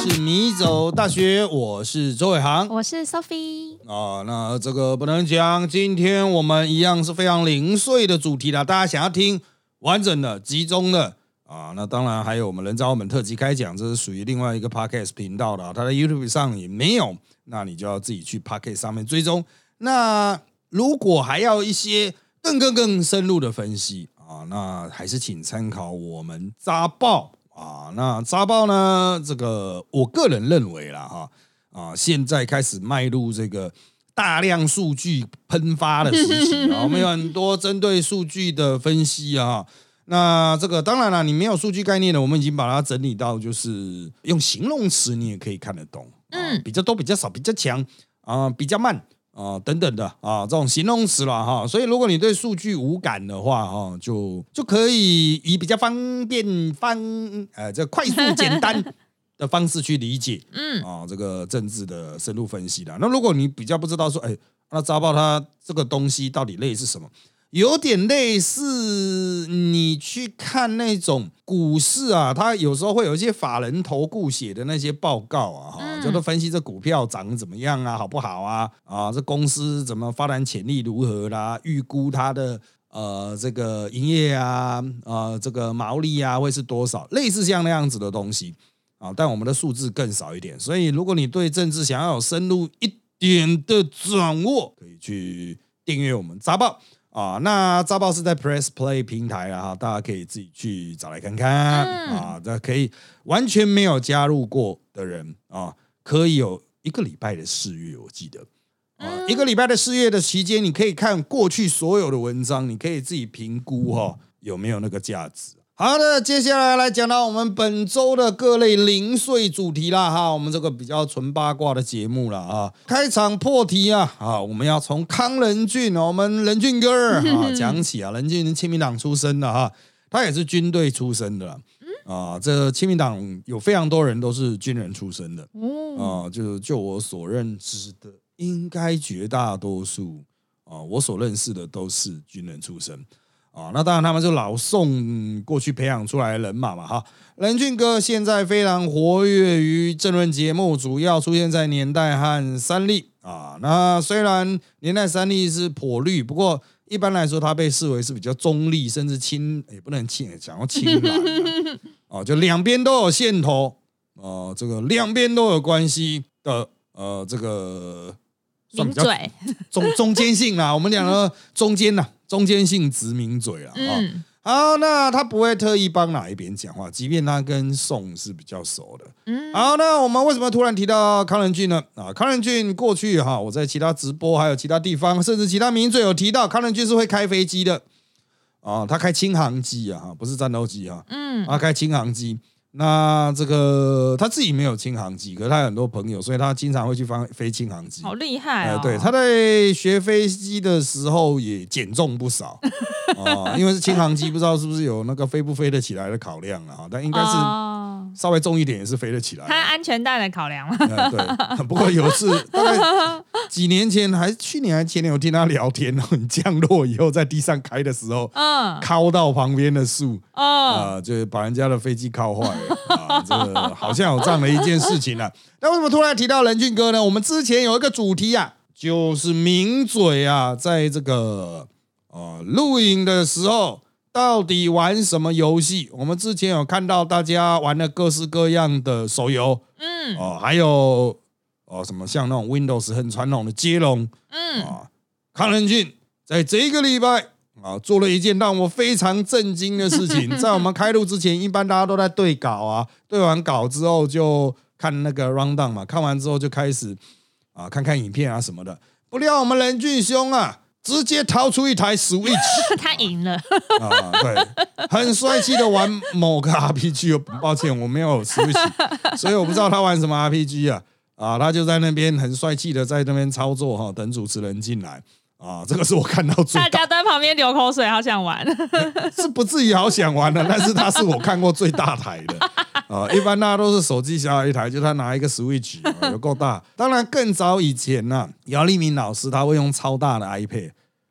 是迷走大学，我是周伟航， 我是 Sophie。 那这个不能讲，今天我们一样是非常零碎的主题啦，大家想要听完整的、集中的那当然还有我们人在澳门特辑开讲，这是属于另外一个 podcast 频道的，它在 YouTube 上也没有，那你就要自己去 podcast 上面追踪。那如果还要一些更深入的分析那还是请参考我们扎报那扎报呢，这个我个人认为啦现在开始迈入这个大量数据喷发的时期我们有很多针对数据的分析那这个当然了，你没有数据概念的，我们已经把它整理到就是用形容词你也可以看得懂比较多、比较少、比较强比较慢等等的这种形容词啦所以如果你对数据无感的话就可以以比较方便这快速简单的方式去理解这个政治的深入分析啦。那如果你比较不知道说那扎报它这个东西到底类似什么，有点类似你去看那种股市它有时候会有一些法人投顾写的那些报告就是分析这股票涨怎么样好不好这公司怎么发展潜力如何啦，预估它的这个营业这个毛利会是多少，类似像那样子的东西但我们的数字更少一点，所以如果你对政治想要有深入一点的掌握，可以去订阅我们扎报那扎报是在 Press Play 平台大家可以自己去找来看看这可以完全没有加入过的人可以有1个礼拜的试阅，我记得1个礼拜的试阅的期间，你可以看过去所有的文章，你可以自己评估有没有那个价值。好的，接下来讲到我们本周的各类零碎主题啦我们这个比较纯八卦的节目啦开场破题我们要从康仁俊我们仁俊哥讲起仁俊是亲民党出身的他也是军队出身的这亲民党有非常多人都是军人出身的就我所认知的，应该绝大多数我所认识的都是军人出身那当然他们就老宋过去培养出来的人马嘛仁俊哥现在非常活跃于政论节目，主要出现在年代和三立那虽然年代三立是颇绿，不过一般来说他被视为是比较中立，甚至也不能讲到亲蓝就两边都有线头这个两边都有关系的这个算比较中间性啦，我们讲的中间性直名嘴啦好，那他不会特意帮哪一边讲话，即便他跟宋是比较熟的好，那我们为什么突然提到康仁俊呢康仁俊过去我在其他直播还有其他地方甚至其他名嘴有提到康仁俊是会开飞机的他开轻航机不是战斗机他开轻航机。那这个他自己没有轻航机，可是他有很多朋友，所以他经常会去飞轻航机， 好厉害对，他在学飞机的时候也减重不少因为是轻航机，不知道是不是有那个飞不飞得起来的考量但应该是稍微重一点也是飞得起来他安全带的考量嘛对，不过有次大概几年前还是去年还前年，我听他聊天你降落以后在地上开的时候敲到旁边的树就把人家的飞机敲坏这个好像有这样的一件事情那为什么突然提到仁俊哥呢？我们之前有一个主题就是名嘴在这个录影的时候到底玩什么游戏？我们之前有看到大家玩了各式各样的手游还有什么像那种 Windows 很传统的接龙康仁俊在这个礼拜做了一件让我非常震惊的事情在我们开录之前，一般大家都在对稿对完稿之后就看那个 rundown 嘛，看完之后就开始看看影片什么的，不料我们仁俊兄直接掏出一台 Switch 他赢了对，很帅气的玩某个 RPG 抱歉我没有 Switch 所以我不知道他玩什么 RPG 他就在那边很帅气的在那边操作等主持人进来这个是我看到最大家在旁边流口水，好想玩是不至于好想玩的，但是他是我看过最大台的一般大家都是手机小一台，就他拿一个 Switch 有够大。当然更早以前姚立明老师他会用超大的 iPad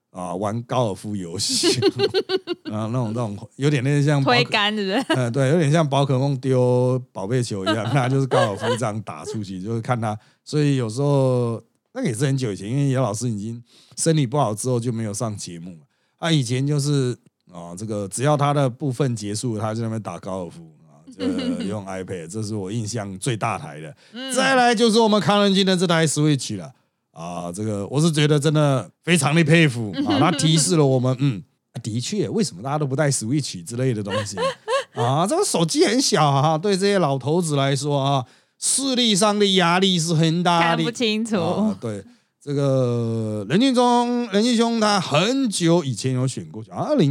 玩高尔夫游戏啊，那种有点类似像推杆，对不对？ 对，有点像宝可梦丢宝贝球一样，那就是高尔夫这样打出去，就是看他。所以有时候那个也是很久以前，因为姚老师已经身体不好之后就没有上节目了。他以前就是这个只要他的部分结束，他就在那边打高尔夫就用 iPad， 这是我印象最大台的。再来就是我们康仁金的这台 Switch 了。这个我是觉得真的非常的佩服它提示了我们，的确，为什么大家都不带 Switch 之类的东西这个手机很小对这些老头子来说视力上的压力是很大的， 看不清楚。 对，这个任俊兄他很久以前有选过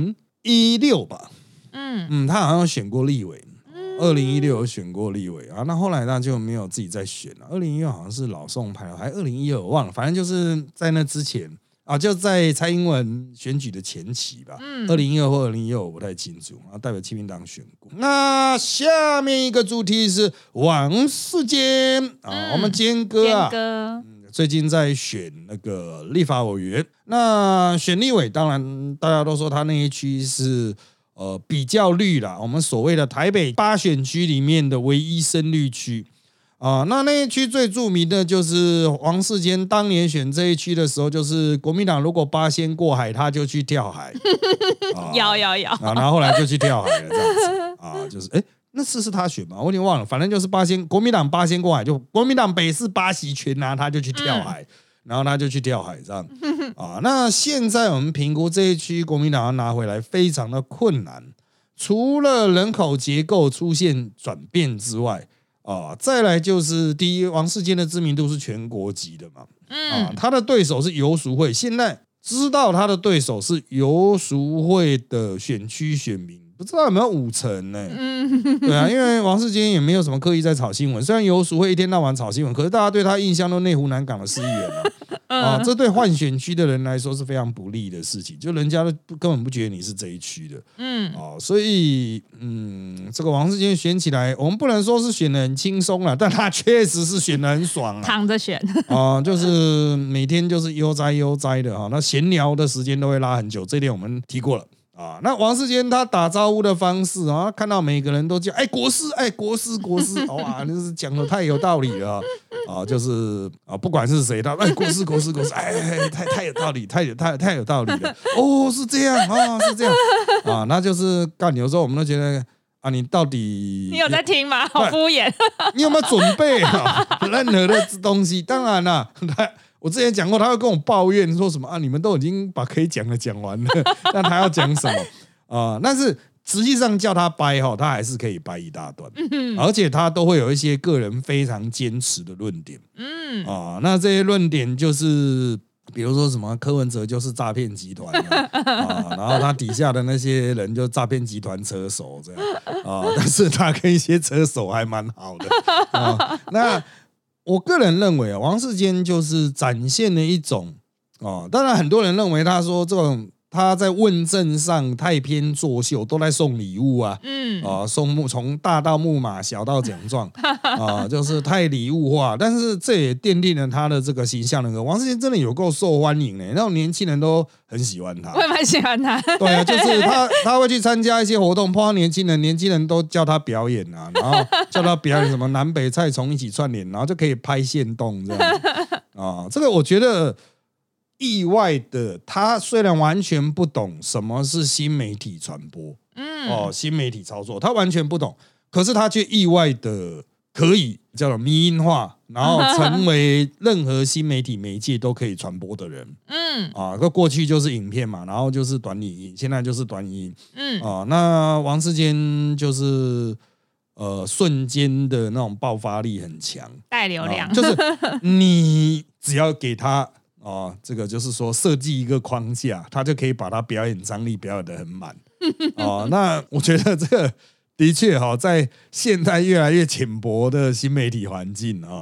，2016吧，他好像选过立委。2016有选过立委那后来他就没有自己再选了。2016好像是老宋派，还2012我忘了，反正就是在那之前就在蔡英文选举的前期吧，2012或2015我不太清楚代表亲民党选过。那下面一个主题是王世坚我们坚哥最近在选那个立法委员，那选立委当然大家都说他那一区是比较绿啦，我们所谓的台北8选区里面的唯一深绿区那一区最著名的就是王世坚当年选这一区的时候，就是国民党如果8仙过海，他就去跳海要然后后来就去跳海了，这样子就是那是他选吗？我有点忘了，反正就是国民党8仙过海，就国民党北市8席全拿，他就去跳海。然后他就去跳海这样那现在我们评估这一区国民党要拿回来非常的困难，除了人口结构出现转变之外再来就是第一，王世坚的知名度是全国级的嘛他的对手是游淑慧，现在知道他的对手是游淑慧的选区选民不知道有没有50%呢？对因为王世坚也没有什么刻意在炒新闻，虽然游淑慧一天到晚炒新闻，可是大家对他印象都内湖南港的市议员这对换选区的人来说是非常不利的事情，就人家根本不觉得你是这一区的所以这个王世坚选起来，我们不能说是选得很轻松啦，但他确实是选得很爽躺着选就是每天就是悠哉的那闲聊的时间都会拉很久，这点我们提过了那王世坚他打招呼的方式看到每个人都叫国师国师哇，那是讲的太有道理了就是不管是谁他国师太有道理，太有道理了是这样是这样那就是有时候我们都觉得你到底你有在听吗？好敷衍你有没有准备任何的东西？当然啦我之前讲过，他会跟我抱怨说什么你们都已经把可以讲的讲完了，那他要讲什么但是实际上叫他掰他还是可以掰一大段而且他都会有一些个人非常坚持的论点那这些论点就是比如说什么柯文哲就是诈骗集团然后他底下的那些人就诈骗集团车手这样但是他跟一些车手还蛮好的那我个人认为王世坚就是展现了一种当然很多人认为他说这种他在问政上太偏作秀，都在送礼物送从大到木马，小到奖状就是太礼物化，但是这也奠定了他的这个形象。王世坚真的有够受欢迎那种年轻人都很喜欢他， 我也蛮喜欢他。 对就是他会去参加一些活动，碰到年轻人都叫他表演然后叫他表演什么南北菜虫一起串联，然后就可以拍限动这样这个我觉得。意外的，他虽然完全不懂什么是新媒体传播，新媒体操作，他完全不懂，可是他却意外的可以叫做迷因化，然后成为任何新媒体媒介都可以传播的人。过去就是影片嘛，然后就是短影音，现在就是短影音。那王世坚就是瞬间的那种爆发力很强， 带流量， 就是你只要给他。这个就是说设计一个框架，他就可以把他表演张力表演得很满那我觉得这个的确在现在越来越浅薄的新媒体环境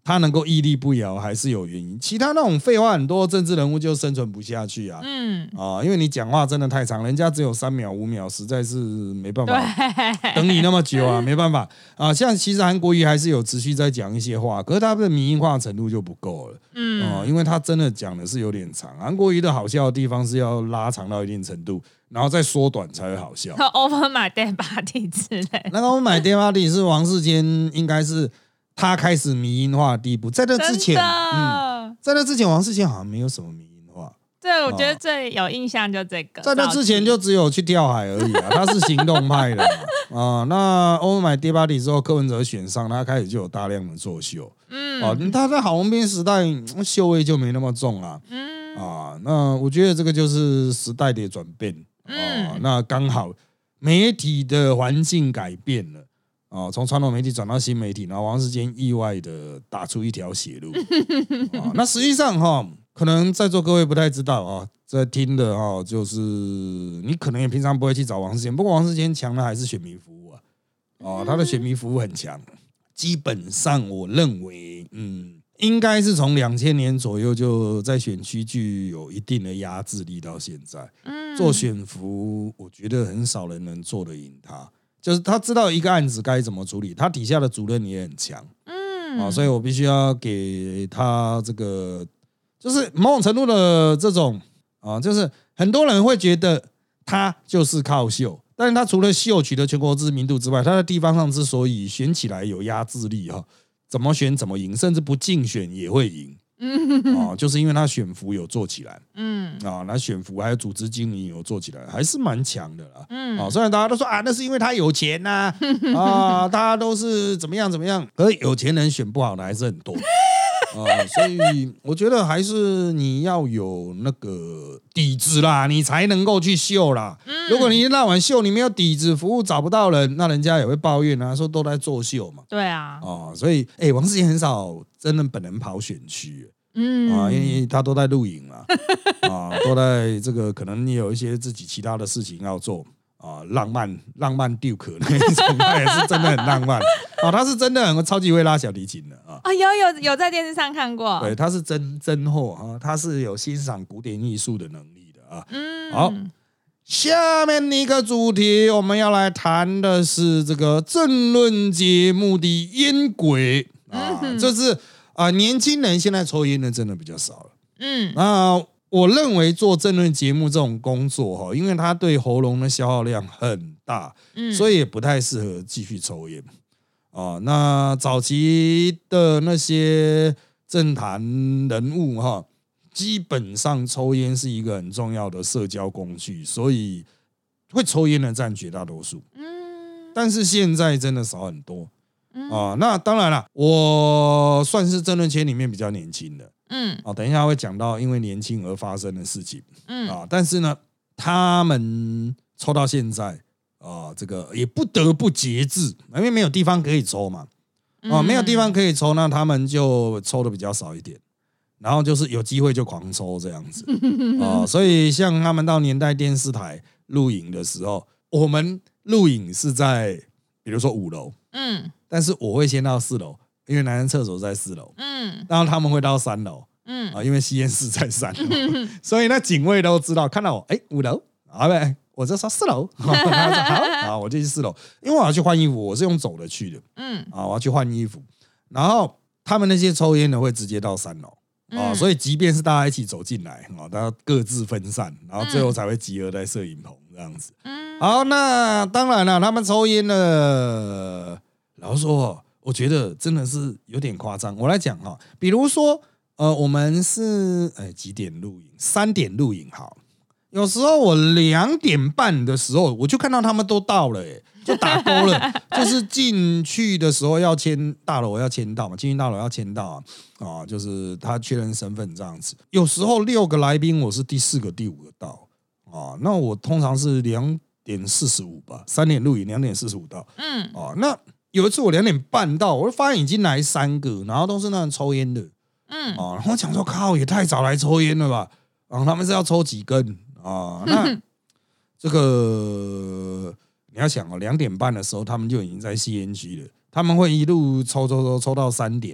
他能够屹立不摇，还是有原因。其他那种废话很多，政治人物就生存不下去啊。因为你讲话真的太长，人家只有3秒5秒，实在是没办法等你那么久啊，没办法啊。像其实韩国瑜还是有持续在讲一些话，可是他的民营化程度就不够了。因为他真的讲的是有点长。韩国瑜的好笑的地方是要拉长到一定程度，然后再缩短才会好笑。 Over my dead body 之类。 那个 Over my dead body 是王世坚，应该是他开始迷因化的地步。在那之前，在那之前王世坚好像没有什么迷因化。 对，我觉得最有印象就这个。 在那之前就只有去跳海而已啊，他是行动派的嘛。那 Over my dead body 之后，柯文哲选上，他开始就有大量的作秀。他在郝龙斌时代秀味就没那么重啊。那我觉得这个就是时代的转变。那刚好媒体的环境改变了。从传统媒体转到新媒体，然后王世坚意外的打出一条血路。那实际上可能在座各位不太知道啊，在听的就是你可能也平常不会去找王世坚，不过王世坚强的还是选民服务啊。他的选民服务很强，基本上我认为，应该是从2000年左右就在选区具有一定的压制力到现在。做选服，我觉得很少人能做得赢他。就是他知道一个案子该怎么处理，他底下的主任也很强，所以我必须要给他这个，就是某种程度的这种就是很多人会觉得他就是靠秀，但是他除了秀取得全国知名度之外，他在地方上之所以选起来有压制力怎么选怎么赢，甚至不竞选也会赢。就是因为他选服有做起来，那选服还有组织经营有做起来，还是蛮强的啦。虽然大家都说那是因为他有钱呐，大家都是怎么样怎么样，可是有钱人选不好的还是很多。所以我觉得还是你要有那个底子啦，你才能够去秀啦。如果你一那晚秀，你没有底子，服务找不到人，那人家也会抱怨啊，说都在作秀嘛。 对啊。 所以王世坚很少真的本人跑选区。因为他都在录影嘛，都在这个可能你有一些自己其他的事情要做浪漫 Duke 那一种，他也是真的很浪漫他是真的很超级会拉小提琴的有在电视上看过。 对，他是真货他是有欣赏古典艺术的能力的好，下面一个主题我们要来谈的是这个政论节目的烟轨就是年轻人现在抽烟的真的比较少了。我认为做政论节目这种工作因为它对喉咙的消耗量很大，所以也不太适合继续抽烟那早期的那些政坛人物基本上抽烟是一个很重要的社交工具，所以会抽烟的占绝大多数。但是现在真的少很多。那当然了，我算是政论圈里面比较年轻的。等一下会讲到因为年轻而发生的事情。但是呢，他们抽到现在这个也不得不节制，因为没有地方可以抽嘛。没有地方可以抽，那他们就抽的比较少一点，然后就是有机会就狂抽这样子。所以像他们到年代电视台录影的时候，我们录影是在比如说5楼。但是我会先到4楼，因为男人厕所在4楼。然后他们会到3楼。因为吸烟室在3楼。所以那警卫都知道，看到我5楼，我就说4楼。他说好，我就去4楼，因为我要去换衣服，我是用走的去的。我要去换衣服，然后他们那些抽烟的会直接到3楼。所以即便是大家一起走进来，大家各自分散，然后最后才会集合在摄影棚这样子。好，那当然了，他们抽烟的，老实说，我觉得真的是有点夸张。我来讲比如说我们是几点录影？3点录影好。有时候我2点半的时候，我就看到他们都到了，就打勾了。就是进去的时候要签大楼要签到嘛，进去大楼要签到就是他确认身份这样子。有时候6个来宾，我是第4个、第5个到那我通常是2点45吧，3点录影，2点45到。那有一次我2点半到，我就发现已经来3个，然后都是那种抽烟的。然后我想说，靠，也太早来抽烟了吧？他们是要抽几根？那这个你要想2点半的时候，他们就已经在吸烟区了。他们会一路抽到3点，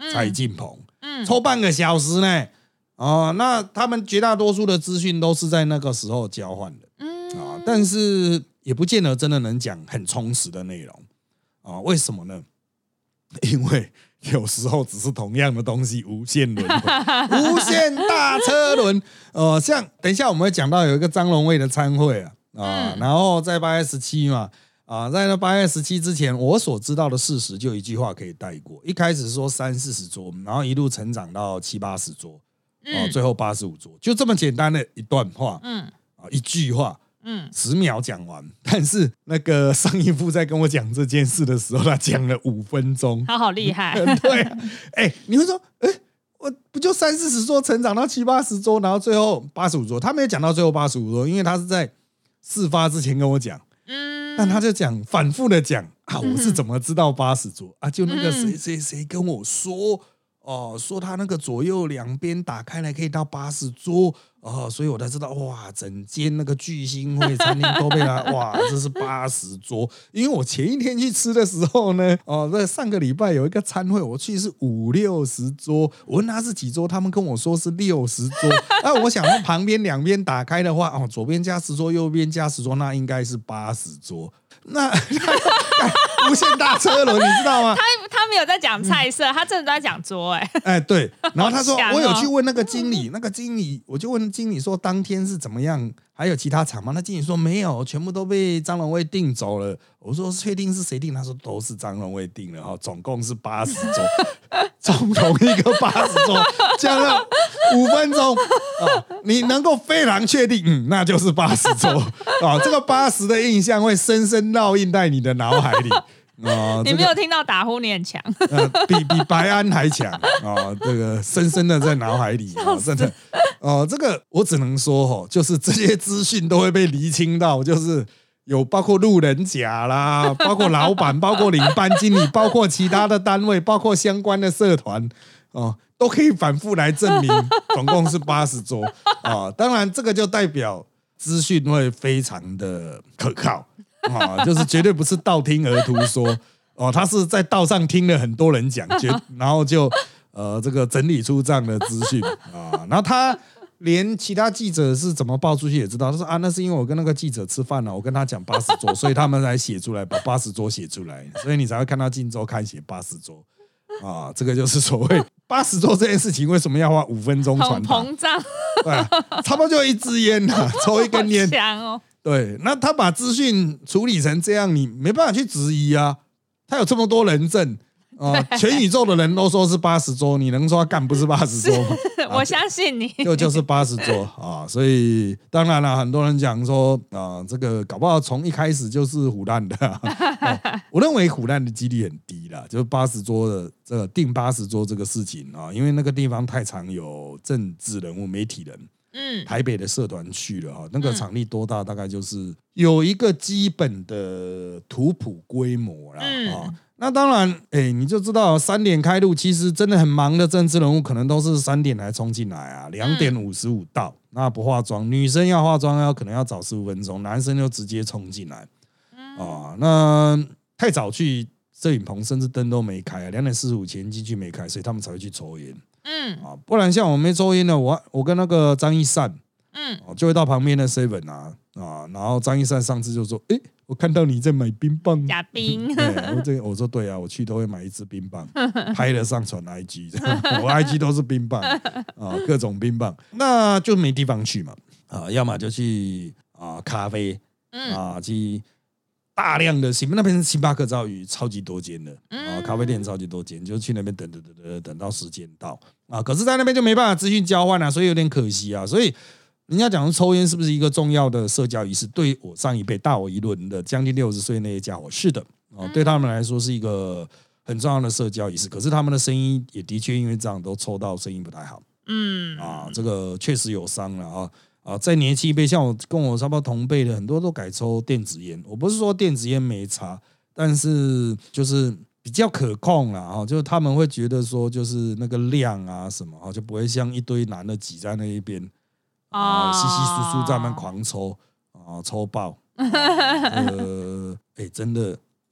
才进棚，抽半个小时呢。那他们绝大多数的资讯都是在那个时候交换的，但是也不见得真的能讲很充实的内容为什么呢？因为有时候只是同样的东西无限轮回，无限大车轮。像等一下我们会讲到有一个张荣卫的参会然后在8月17嘛。在那8月17之前，我所知道的事实就一句话可以带过。一开始说30-40桌，然后一路成长到70-80桌，最后85桌，就这么简单的一段话，一句话，10秒讲完。但是那个上一副在跟我讲这件事的时候，他讲了5分钟， 他好厉害。 对，你会说，我不就30-40桌成长到70-80桌，然后最后85桌，他没有讲到最后85桌，因为他是在事发之前跟我讲。但他就讲反复的讲我是怎么知道80桌就那个谁跟我说说他那个左右两边打开来可以到80桌所以我才知道哇，整间那个巨星会餐厅都被他哇，这是80桌。因为我前一天去吃的时候呢，在上个礼拜有一个餐会，我去是50-60桌，我问他是几桌，他们跟我说是60桌。我想旁边两边打开的话，左边加10桌，右边加10桌，那应该是80桌。那无限大车轮，你知道吗？ 他没有在讲菜色，他真的在讲桌对。然后他说我有去问那个经理，我就问经理说当天是怎么样，还有其他场吗？那经理说没有，全部都被张荣卫订走了。我说确定是谁订？他说都是张荣卫订了总共是80桌，总共一个80桌，讲了5分钟你能够非常确定，那就是80桌这个80的印象会深深烙印在你的脑海里。 你没有听到打呼，你很强， 比白安还强这个深深的在脑海里真的这个我只能说就是这些资讯都会被厘清到，就是有包括路人甲啦，包括老板，包括领班经理，包括其他的单位，包括相关的社团都可以反复来证明总共是80桌当然这个就代表资讯会非常的可靠就是绝对不是道听而途说他是在道上听了很多人讲然后就这个整理出这样的资讯然后他连其他记者是怎么报出去也知道，他说那是因为我跟那个记者吃饭了，我跟他讲80桌，所以他们才写出来，把80桌写出来，所以你才会看到《镜周刊》写80桌这个就是所谓80桌这件事情为什么要花5分钟传达？ 很膨胀， 差不多就一支烟抽一根烟， 强对，那他把资讯处理成这样，你没办法去质疑他有这么多人证全宇宙的人都说是80桌，你能说他干不是80桌吗？ 我相信你， 就是80桌所以当然了，很多人讲说这个搞不好从一开始就是唬烂的我认为唬烂的几率很低啦，就是80桌的这个定80桌这个事情因为那个地方太常有政治人物、媒体人。台北的社团去了那个场地多大？大概就是有一个基本的图谱规模啦那当然你就知道3点开路，其实真的很忙的政治人物可能都是3点才冲进来2点55到那不化妆，女生要化妆可能要早15分钟，男生就直接冲进来那太早去摄影棚甚至灯都没开2点45前进去没开，所以他们才会去抽烟不然像我没抽烟的，我跟那个张一善就会到旁边的 7 然后张一善上次就说我看到你在买冰棒假冰我说对我去都会买一支冰棒拍了上传 IG 我 IG 都是冰棒各种冰棒，那就没地方去嘛要么就去咖啡去大量的那边是星巴克早已超级多间的咖啡店超级多间，就去那边等到时间到可是在那边就没办法资讯交换所以有点可惜所以人家讲抽烟是不是一个重要的社交仪式？对我上一辈大我一轮的将近60岁那些家伙是的对他们来说是一个很重要的社交仪式，可是他们的声音也的确因为这样都抽到声音不太好这个确实有伤了在年轻一辈，像我跟我差不多同辈的很多都改抽电子烟，我不是说电子烟没差，但是就是比较可控啦就是他们会觉得说就是那个量什么就不会像一堆男的挤在那一边稀稀疏疏在那边狂抽抽爆真的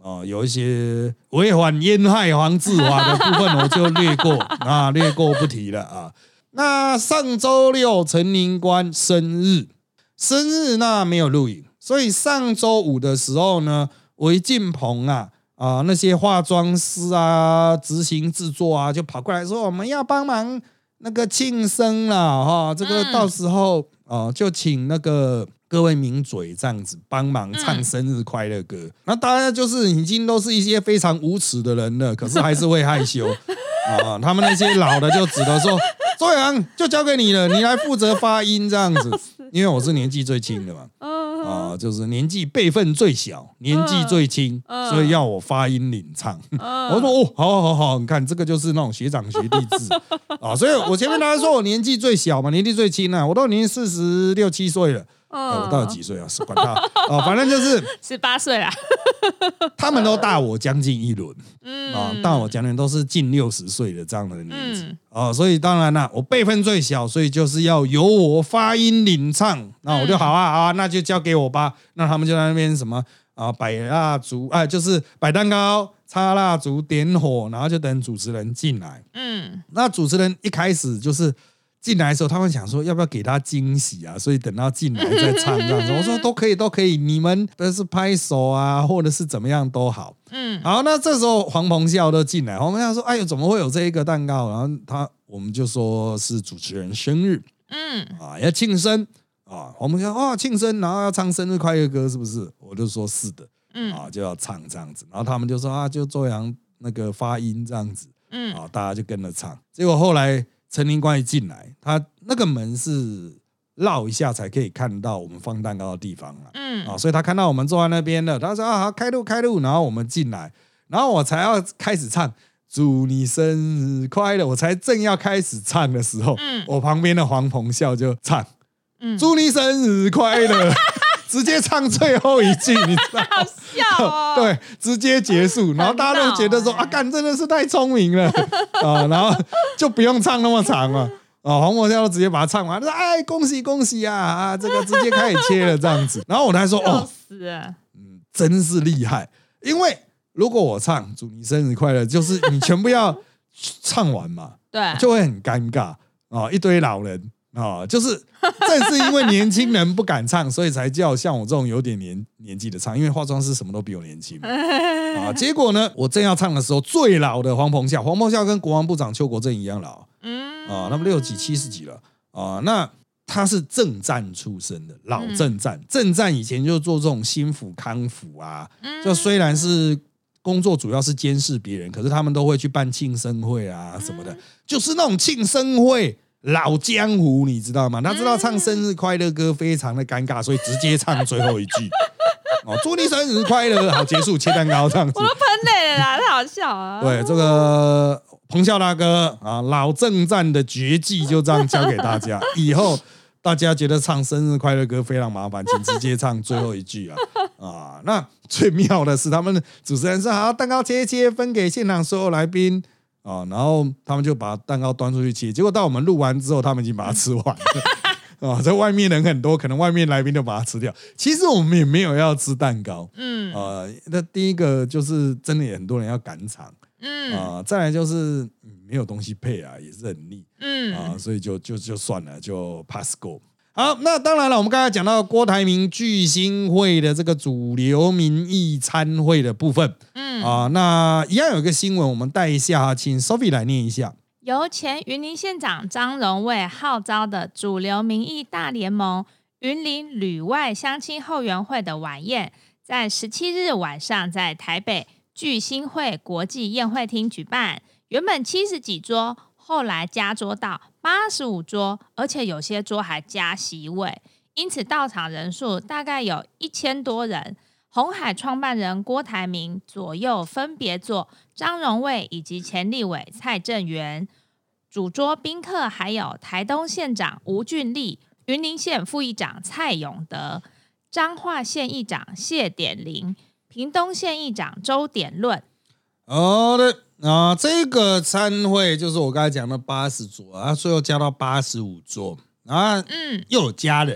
有一些违反烟害防治法的部分，我就略过略过不提了啊。那上周六陈宁官生日那没有录影，所以上周五的时候呢，我一进棚那些化妆师执行制作就跑过来说我们要帮忙那个庆生啦这个到时候就请那个各位名嘴这样子帮忙唱生日快乐歌。那当然就是已经都是一些非常无耻的人了，可是还是会害羞他们那些老的就只能说周洋就交给你了，你来负责发音这样子，因为我是年纪最轻的嘛就是年纪辈分最小，年纪最轻，所以要我发音领唱我说好，你看这个就是那种学长学弟制所以我前面大家说我年纪最小嘛，年纪最轻我都已经46、7岁了我到底几岁是管他反正就是 18岁啦他们都大我将近一轮大我将近都是近60岁的这样的年纪所以当然我辈分最小，所以就是要由我发音领唱，那我就好那就交给我吧。那他们就在那边什么摆蜡烛就是摆蛋糕插蜡烛点火，然后就等主持人进来那主持人一开始就是进来的时候他们想说要不要给他惊喜所以等到进来再唱这样子我说都可以你们都是拍手或者是怎么样都好好，那这时候黄鹏孝都进来，黄鹏孝说哎呦怎么会有这一个蛋糕，然后我们就说是主持人生日要庆生黄鹏孝庆生然后要唱生日快乐歌是不是，我就说是的就要唱这样子，然后他们就说就周洋那个发音这样子大家就跟着唱，结果后来陈宁官一进来，他那个门是绕一下才可以看到我们放蛋糕的地方所以他看到我们坐在那边了，他说好开路，然后我们进来，然后我才要开始唱祝你生日快乐，我才正要开始唱的时候我旁边的黄鹏孝就唱祝你生日快乐直接唱最后一句，你知道好笑对，直接结束，然后大家都觉得说干真的是太聪明了然后就不用唱那么长了黄鹏孝直接把它唱完，他说哎恭喜恭喜这个直接开始切了这样子，然后我才说真是厉害，因为如果我唱祝你生日快乐，就是你全部要唱完嘛对， 就会很尴尬一堆老人就是正是因为年轻人不敢唱，所以才叫像我这种有点年纪的唱，因为化妆师什么都比我年轻嘛结果呢我正要唱的时候，最老的黄鹏孝跟国防部长邱国正一样老他们60几70几了那他是政战出身的老政战以前就做这种心辅康辅就虽然是工作主要是监视别人，可是他们都会去办庆生会什么的就是那种庆生会老江湖你知道吗，他知道唱生日快乐歌非常的尴尬，所以直接唱最后一句祝你生日快乐好结束切蛋糕这样子， 我都喷泪了啦，太好笑了对，这个鹏孝大哥老政战的绝技就这样教给大家以后大家觉得唱生日快乐歌非常麻烦，请直接唱最后一句那最妙的是他们主持人说好蛋糕切分给现场所有来宾然后他们就把蛋糕端出去切，结果到我们录完之后他们已经把它吃完了在外面人很多，可能外面来宾就把它吃掉，其实我们也没有要吃蛋糕那第一个就是真的也很多人要赶场再来就是没有东西配也是很腻所以就算了，就 pass go。好，那当然了，我们刚才讲到郭台铭巨星会的这个主流民意参会的部分那一样有一个新闻我们带一下请 Sophie 来念一下。 由前云林县长张荣卫号召的主流民意大联盟云林旅外乡亲后援会的晚宴，在17日晚上在台北巨星会国际宴会厅举办，原本70几桌，后来加桌到85桌，而且有些桌还加席位，因此到场人数大概有1000多人。鸿海创办人郭台铭左右分别坐张荣卫以及前立委蔡正元，主桌宾客还有台东县长吴俊立、云林县副议长蔡永德、彰化县议长谢典林、屏东县议长周典论。 好的这个参会就是我刚才讲的80桌最后加到85桌又有家人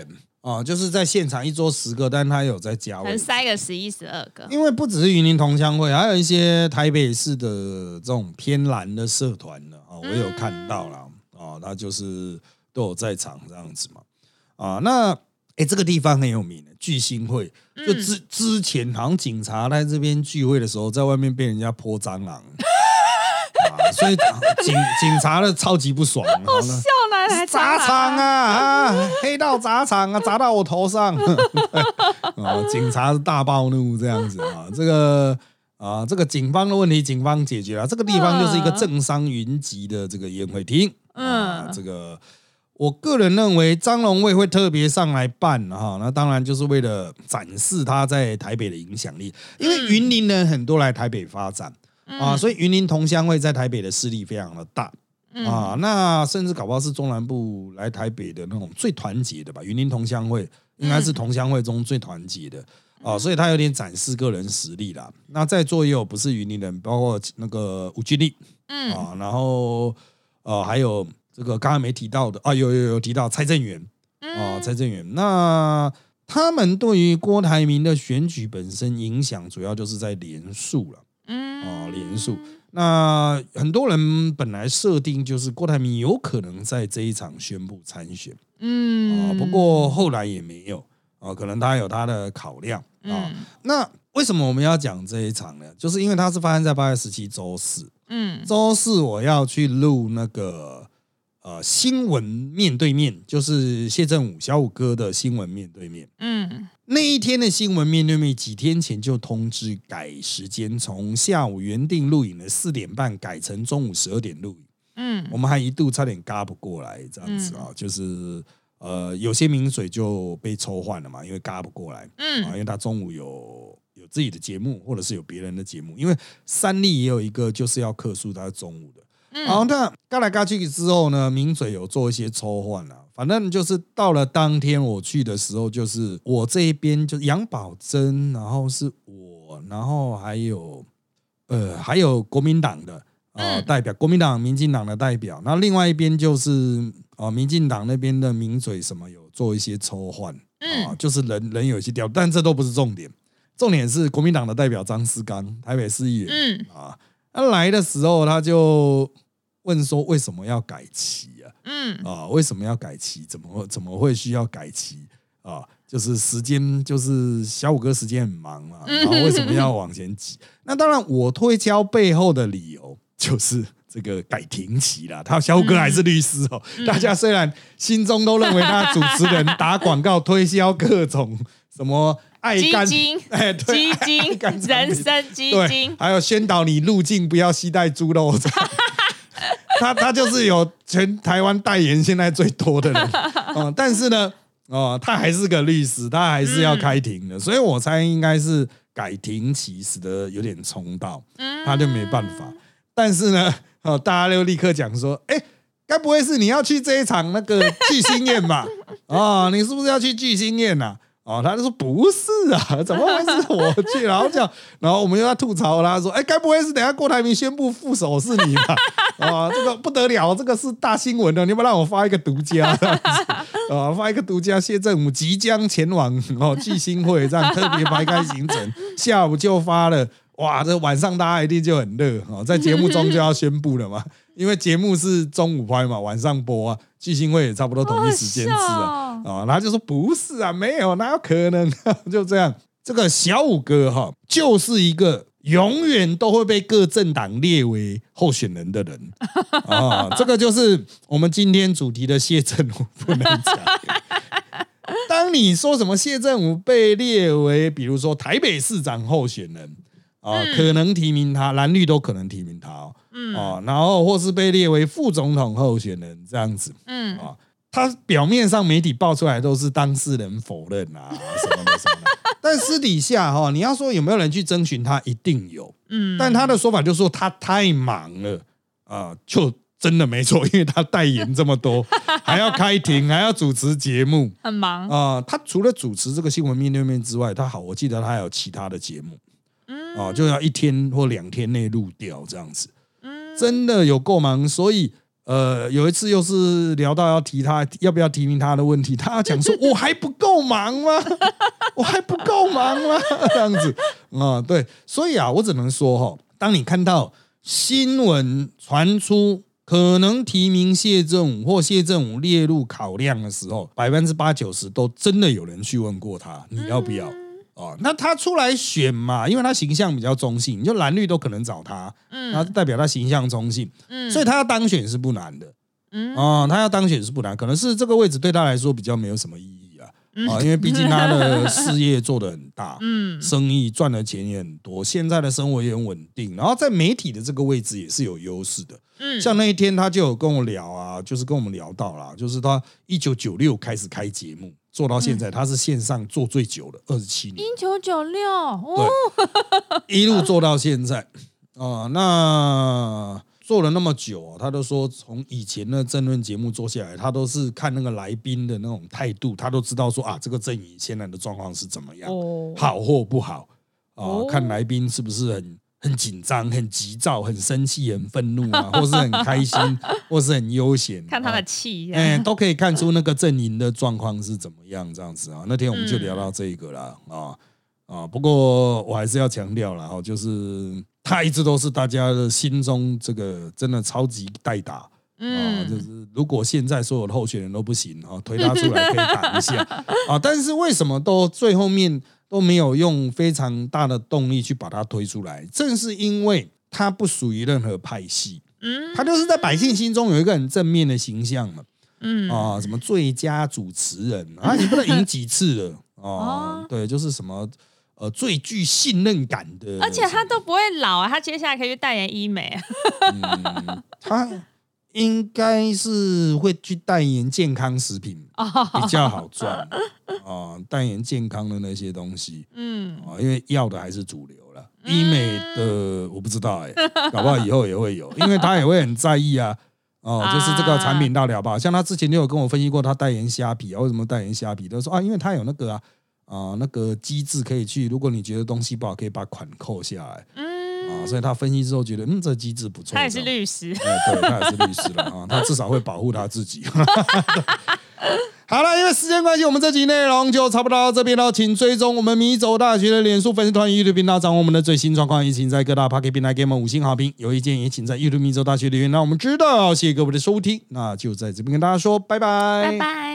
就是在现场一桌10个，但他有在加位， 可能塞个11、12个。 因为不只是云林同乡会，还有一些台北市的这种偏蓝的社团的我有看到了他就是都有在场这样子嘛那这个地方很有名的聚兴会，就之前好像警察在这边聚会的时候，在外面被人家泼蟑螂。所以警察的超级不爽， 好笑呢，还砸场啊，黑道砸场啊，砸到我头上，警察大暴怒这样子这个警方的问题，警方解决了，这个地方就是一个政商云集的这个宴会厅这个我个人认为张荣卫会特别上来办那当然就是为了展示他在台北的影响力，因为云林人很多来台北发展。所以云林同乡会在台北的势力非常的大那甚至搞不好是中南部来台北的那种最团结的吧，云林同乡会应该是同乡会中最团结的所以他有点展示个人实力啦。那在座也有不是云林人，包括那个吴俊立然后还有这个刚刚没提到的有提到蔡正元蔡正元，那他们对于郭台铭的选举本身影响主要就是在连署了连署。那很多人本来设定就是郭台铭有可能在这一场宣布参选不过后来也没有可能他有他的考量那为什么我们要讲这一场呢？就是因为它是发生在8月17周四周四我要去录那个新闻面对面，就是谢震武小武哥的新闻面对面那一天的新闻面对面几天前就通知改时间，从下午原定录影的4点半改成中午12点录影我们还一度差点嘎不过来这样子就是有些名嘴就被抽换了嘛，因为嘎不过来因为他中午有自己的节目，或者是有别人的节目，因为三立也有一个就是要客诉他中午的然后那嘎来嘎去之后呢，名嘴有做一些抽换反正就是到了当天我去的时候，就是我这一边就是杨宝珍，然后是我，然后还有国民党的代表，国民党民进党的代表，然后另外一边就是民进党那边的名嘴什么有做一些抽换就是人有一些调，但这都不是重点，重点是国民党的代表张思刚，台北市议员他来的时候他就问说为什么要改期为什么要改期？怎么会需要改期就是时间，就是小武哥时间很忙嘛，然后为什么要往前挤？那当然，我推敲背后的理由就是这个改庭期啦。他小武哥还是律师大家虽然心中都认为他主持人打广告推销各种什么爱肝基金人参基金， 还有宣导你入境不要携带猪肉他就是有全台湾代言现在最多的人但是呢他还是个律师，他还是要开庭的，所以我猜应该是改庭期使得有点冲到他就没办法。但是呢大家就立刻讲说该不会是你要去这一场那个巨星宴吧你是不是要去巨星宴他就说不是怎么会是我去？然后我们又要吐槽他说该不会是等一下郭台铭宣布副手是你吧这个不得了，这个是大新闻的，你要不要让我发一个独家这样子发一个独家，谢震武即将前往巨星会，这样特别排开行程，下午就发了，哇，这晚上大家一定就很热在节目中就要宣布了嘛因为节目是中午拍嘛，晚上播巨星会也差不多同一时间吃他就说不是没有，哪有可能就这样。这个小武哥就是一个永远都会被各政党列为候选人的人这个就是我们今天主题的谢震武不能讲当你说什么谢震武被列为比如说台北市长候选人可能提名他，蓝绿都可能提名他然后或是被列为副总统候选人这样子他表面上媒体爆出来都是当事人否认什么的但私底下你要说有没有人去征询他，一定有但他的说法就是说他太忙了就真的没错，因为他代言这么多还要开庭，还要主持节目， 很忙他除了主持这个新闻面对面之外，我记得他还有其他的节目就要1天或2天内录掉这样子真的有够忙，所以有一次又是聊到要提他要不要提名他的问题，他讲说我还不够忙吗？我还不够忙吗？这样子对，所以我只能说当你看到新闻传出可能提名谢振武或谢振武列入考量的时候，80%-90%都真的有人去问过他，你要不要？那他出来选嘛，因为他形象比较中性，你就蓝绿都可能找他，那代表他形象中性，所以他要当选是不难的，他要当选是不难，可能是这个位置对他来说比较没有什么意义因为毕竟他的事业做得很大，生意赚的钱也很多，现在的生活也很稳定，然后在媒体的这个位置也是有优势的，像那一天他就有跟我聊就是跟我们聊到啦，就是他1996开始开节目。做到现在，他是线上做最久的27年。 1996， 对，一路做到现在那做了那么久他都说从以前的政论节目做下来，他都是看那个来宾的那种态度，他都知道说这个阵营现在的状况是怎么样，好或不好看来宾是不是很紧张、很急躁、很生气、很愤怒或是很开心，或是很悠闲， 看他的气， 都可以看出那个阵营的状况是怎么样，这样子那天我们就聊到这个啦不过我还是要强调啦就是他一直都是大家的心中这个真的超级代打就是如果现在所有的候选人都不行推他出来可以打一下但是为什么都最后面都没有用非常大的动力去把它推出来，正是因为它不属于任何派系，它就是在百姓心中有一个很正面的形象嘛，什么最佳主持人你不能赢几次了对，就是什么最具信任感的， 而且他都不会老他接下来可以去代言医美他应该是会去代言健康食品比较好赚代言健康的那些东西因为要的还是主流啦，医美的我不知道搞不好以后也会有，因为他也会很在意就是这个产品到底好不好，像他之前就有跟我分析过他代言虾皮为什么代言虾皮，他说因为他有那个那个机制可以去，如果你觉得东西不好可以把款扣下来所以他分析之后觉得这机制不错， 他也是律师对，他也是律师了他至少会保护他自己好了，因为时间关系，我们这集内容就差不多到这边了，请追踪我们迷走大学的脸书粉丝团 YouTube 频道，掌握我们的最新状况，也请在各大 Podcast 平台给我们5星好评，有意见也请在 YouTube 迷走大学留言让我们知道，谢谢各位的收听，那就在这边跟大家说拜拜， 拜拜。